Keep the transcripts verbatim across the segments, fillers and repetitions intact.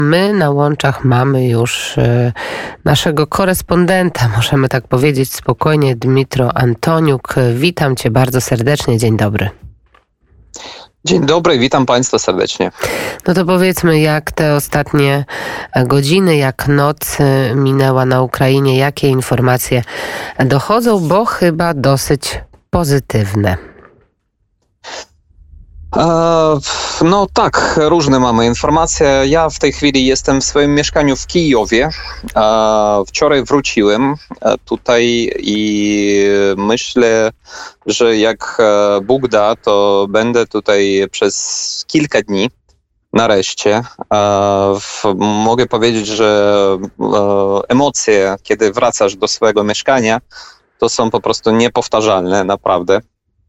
My na łączach mamy już y, naszego korespondenta, możemy tak powiedzieć spokojnie, Dmytro Antoniuk. Witam Cię bardzo serdecznie, dzień dobry. Dzień dobry, witam Państwa serdecznie. No to powiedzmy, jak te ostatnie godziny, jak noc minęła na Ukrainie, jakie informacje dochodzą, bo chyba dosyć pozytywne. No tak, różne mamy informacje. Ja w tej chwili jestem w swoim mieszkaniu w Kijowie. Wczoraj wróciłem tutaj i myślę, że jak Bóg da, to będę tutaj przez kilka dni. Nareszcie. Mogę powiedzieć, że emocje, kiedy wracasz do swojego mieszkania, to są po prostu niepowtarzalne, naprawdę.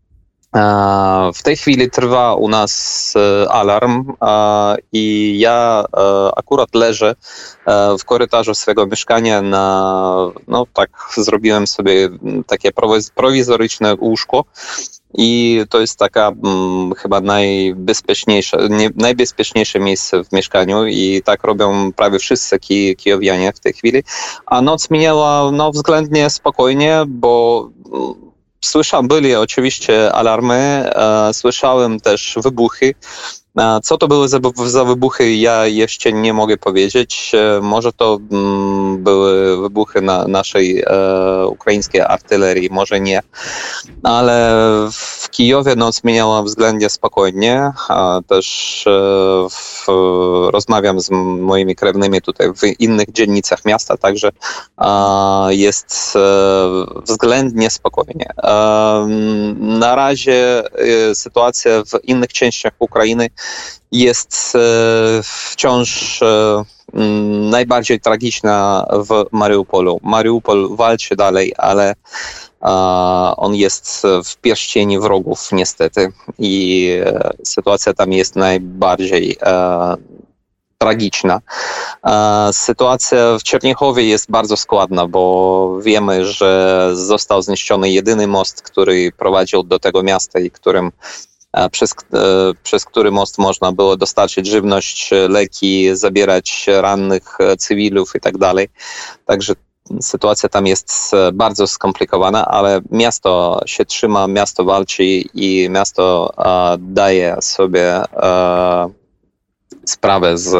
W tej chwili trwa u nas alarm i ja akurat leżę w korytarzu swojego mieszkania na, no tak, zrobiłem sobie takie prowizoryczne łóżko i to jest taka hmm, chyba najbezpieczniejsze, nie, najbezpieczniejsze miejsce w mieszkaniu i tak robią prawie wszyscy ki, kijowianie w tej chwili, a noc minęła no względnie spokojnie, bo Słyszałem, byli oczywiście alarmy, e, słyszałem też wybuchy. E, co to były za, za wybuchy, ja jeszcze nie mogę powiedzieć. E, może to mm, były wybuchy na naszej e, ukraińskiej artylerii, może nie. Ale w Kijowie noc minęła względnie spokojnie. A też e, w, rozmawiam z moimi krewnymi tutaj w innych dzielnicach miasta, także e, jest e, względnie spokojnie. E, na razie e, sytuacja w innych częściach Ukrainy jest e, wciąż e, m, najbardziej tragiczna w Mariupolu. Mariupol walczy dalej, ale e, on jest w pierścieni wrogów niestety i e, sytuacja tam jest najbardziej e, tragiczna. E, sytuacja w Czernichowie jest bardzo składna, bo wiemy, że został zniszczony jedyny most, który prowadził do tego miasta i którym Przez, przez który most można było dostarczyć żywność, leki, zabierać rannych cywilów i tak dalej. Także sytuacja tam jest bardzo skomplikowana, ale miasto się trzyma, miasto walczy i miasto a, daje sobie a, sprawę z,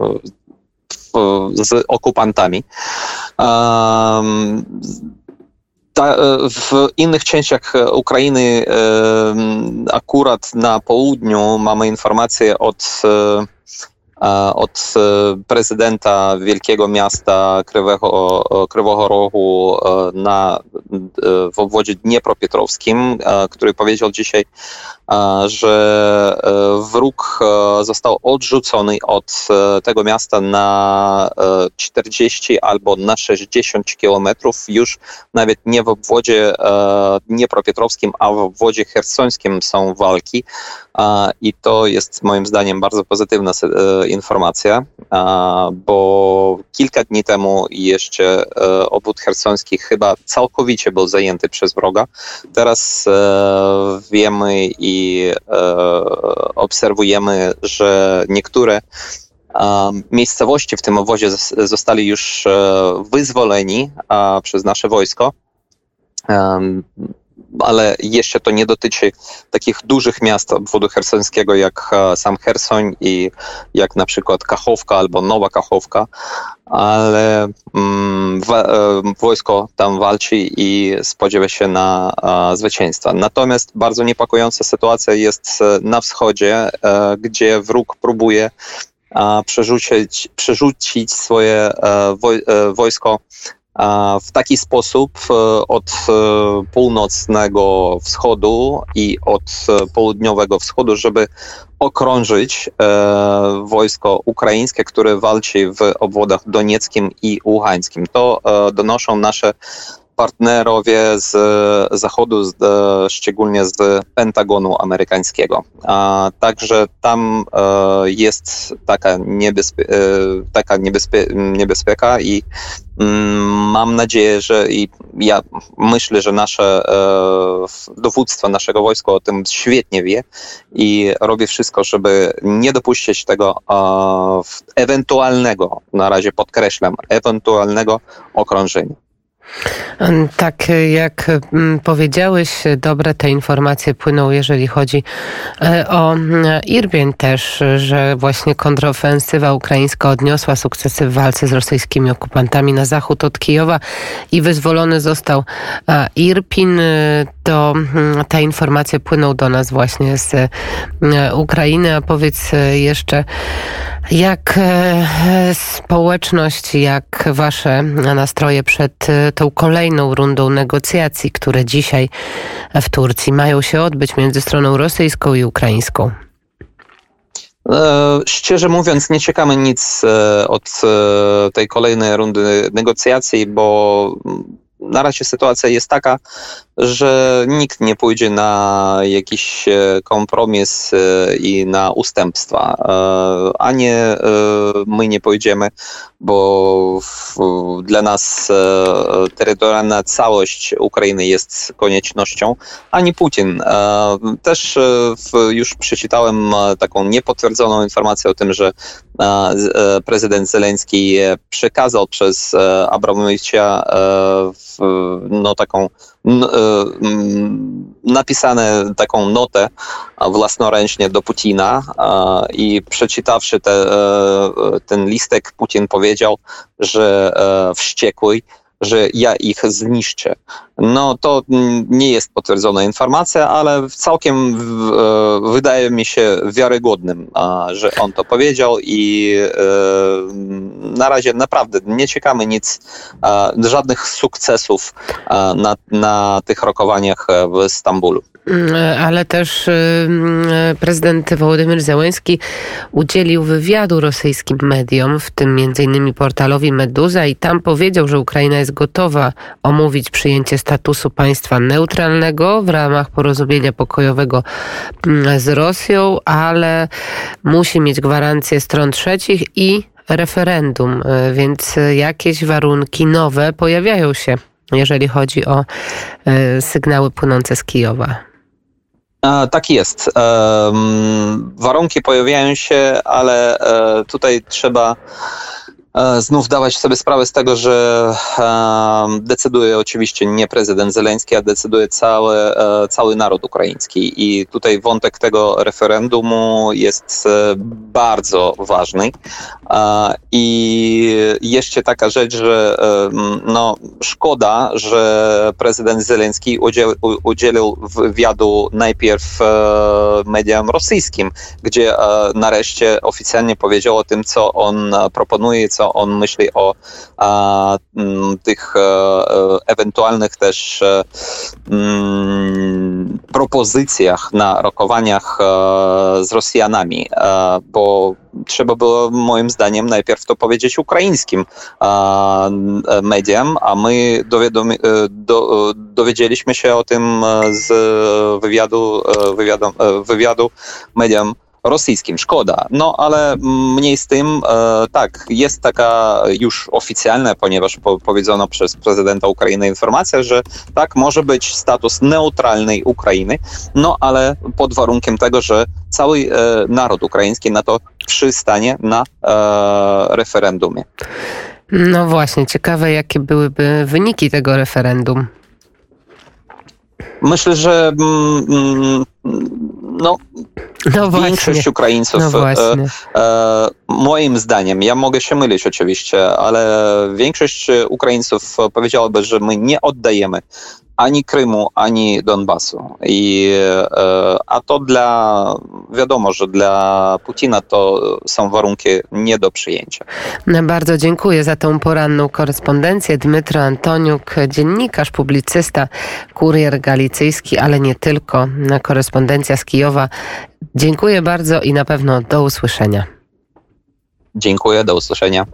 z okupantami. A, W innych częściach Ukrainy, akurat na południu, mamy informacje od, od prezydenta wielkiego miasta Krywego, Krywego Rogu na, w obwodzie dniepropietrowskim, który powiedział dzisiaj, że wróg został odrzucony od tego miasta na czterdzieści albo na sześćdziesiąt kilometrów, już nawet nie w obwodzie dniepropietrowskim, a w obwodzie chersońskim są walki i to jest moim zdaniem bardzo pozytywna informacja, bo kilka dni temu jeszcze obwód chersoński chyba całkowicie był zajęty przez wroga. Teraz wiemy i I e, obserwujemy, że niektóre e, miejscowości w tym obwodzie zostali już e, wyzwoleni e, przez nasze wojsko, e, ale jeszcze to nie dotyczy takich dużych miast obwodu chersońskiego jak e, sam Chersoń i jak na przykład Kachowka albo Nowa Kachowka, ale mm, w, e, wojsko tam walczy i spodziewa się na e, zwycięstwa. Natomiast bardzo niepokojąca sytuacja jest na wschodzie, e, gdzie wróg próbuje e, przerzucić, przerzucić swoje e, woj, e, wojsko w taki sposób od północnego wschodu i od południowego wschodu, żeby okrążyć e, wojsko ukraińskie, które walczy w obwodach donieckim i ługańskim. To e, donoszą nasze partnerowie z Zachodu, z, szczególnie z Pentagonu amerykańskiego. A także tam e, jest taka, niebezpie, e, taka niebezpie, niebezpieka i mm, mam nadzieję, że i ja myślę, że nasze e, dowództwo naszego wojska o tym świetnie wie i robi wszystko, żeby nie dopuścić tego ewentualnego, na razie podkreślam, ewentualnego okrążenia. Tak jak powiedziałeś, dobre te informacje płyną, jeżeli chodzi o Irpień też, że właśnie kontrofensywa ukraińska odniosła sukcesy w walce z rosyjskimi okupantami na zachód od Kijowa i wyzwolony został Irpin. To te informacje płyną do nas właśnie z Ukrainy. A powiedz jeszcze, jak społeczność, jak wasze nastroje przed tą kolejną rundą negocjacji, które dzisiaj w Turcji mają się odbyć między stroną rosyjską i ukraińską? Szczerze mówiąc, nie czekamy nic od tej kolejnej rundy negocjacji, bo na razie sytuacja jest taka, że nikt nie pójdzie na jakiś kompromis i na ustępstwa. Ani my nie pójdziemy, bo dla nas terytorialna całość Ukrainy jest koniecznością, ani Putin. Też już przeczytałem taką niepotwierdzoną informację o tym, że prezydent Zełenski przekazał przez Abramowicza no taką napisane taką notę własnoręcznie do Putina i przeczytawszy te, ten listek, Putin powiedział, że wściekły, że ja ich zniszczę. No to nie jest potwierdzona informacja, ale całkiem wydaje mi się wiarygodnym, że on to powiedział i na razie naprawdę nie czekamy nic, żadnych sukcesów na, na tych rokowaniach w Stambulu. Ale też prezydent Wołodymyr Zełenski udzielił wywiadu rosyjskim mediom, w tym między innymi portalowi Meduza, i tam powiedział, że Ukraina jest gotowa omówić przyjęcie statusu państwa neutralnego w ramach porozumienia pokojowego z Rosją, ale musi mieć gwarancję stron trzecich i referendum, więc jakieś warunki nowe pojawiają się, jeżeli chodzi o sygnały płynące z Kijowa. E, tak jest. E, warunki pojawiają się, ale e, tutaj trzeba e, znów dawać sobie sprawę z tego, że e, decyduje oczywiście nie prezydent Zełenski, a decyduje cały, e, cały naród ukraiński. I tutaj wątek tego referendumu jest e, bardzo ważny. E, I jeszcze taka rzecz, że e, no, szkoda, że prezydent Zełenski udziel, udzielił wywiadu najpierw e, mediom rosyjskim, gdzie e, nareszcie oficjalnie powiedział o tym, co on proponuje, co on myśli o a, m, tych e, ewentualnych też e, m, propozycjach na rokowaniach e, z Rosjanami, e, bo trzeba było moim zdaniem najpierw to powiedzieć ukraińskim e, mediom, a my dowiadomi, do, dowiedzieliśmy się o tym z wywiadu, wywiadu, wywiadu mediom rosyjskim. Szkoda. No ale mniej z tym, e, tak, jest taka już oficjalna, ponieważ po, powiedziano przez prezydenta Ukrainy informacja, że tak, może być status neutralnej Ukrainy, no ale pod warunkiem tego, że cały e, naród ukraiński na to przystanie na e, referendumie. No właśnie, ciekawe, jakie byłyby wyniki tego referendum. Myślę, że mm, no, no większość Ukraińców, no e, e, moim zdaniem, ja mogę się mylić oczywiście, ale większość Ukraińców powiedziałaby, że my nie oddajemy ani Krymu, ani Donbasu. I, e, a to dla, wiadomo, że dla Putina to są warunki nie do przyjęcia. Bardzo dziękuję za tą poranną korespondencję. Dmytro Antoniuk, dziennikarz, publicysta, kurier galicyjski, ale nie tylko. Korespondencja z Kijowa. Dziękuję bardzo i na pewno do usłyszenia. Dziękuję, do usłyszenia.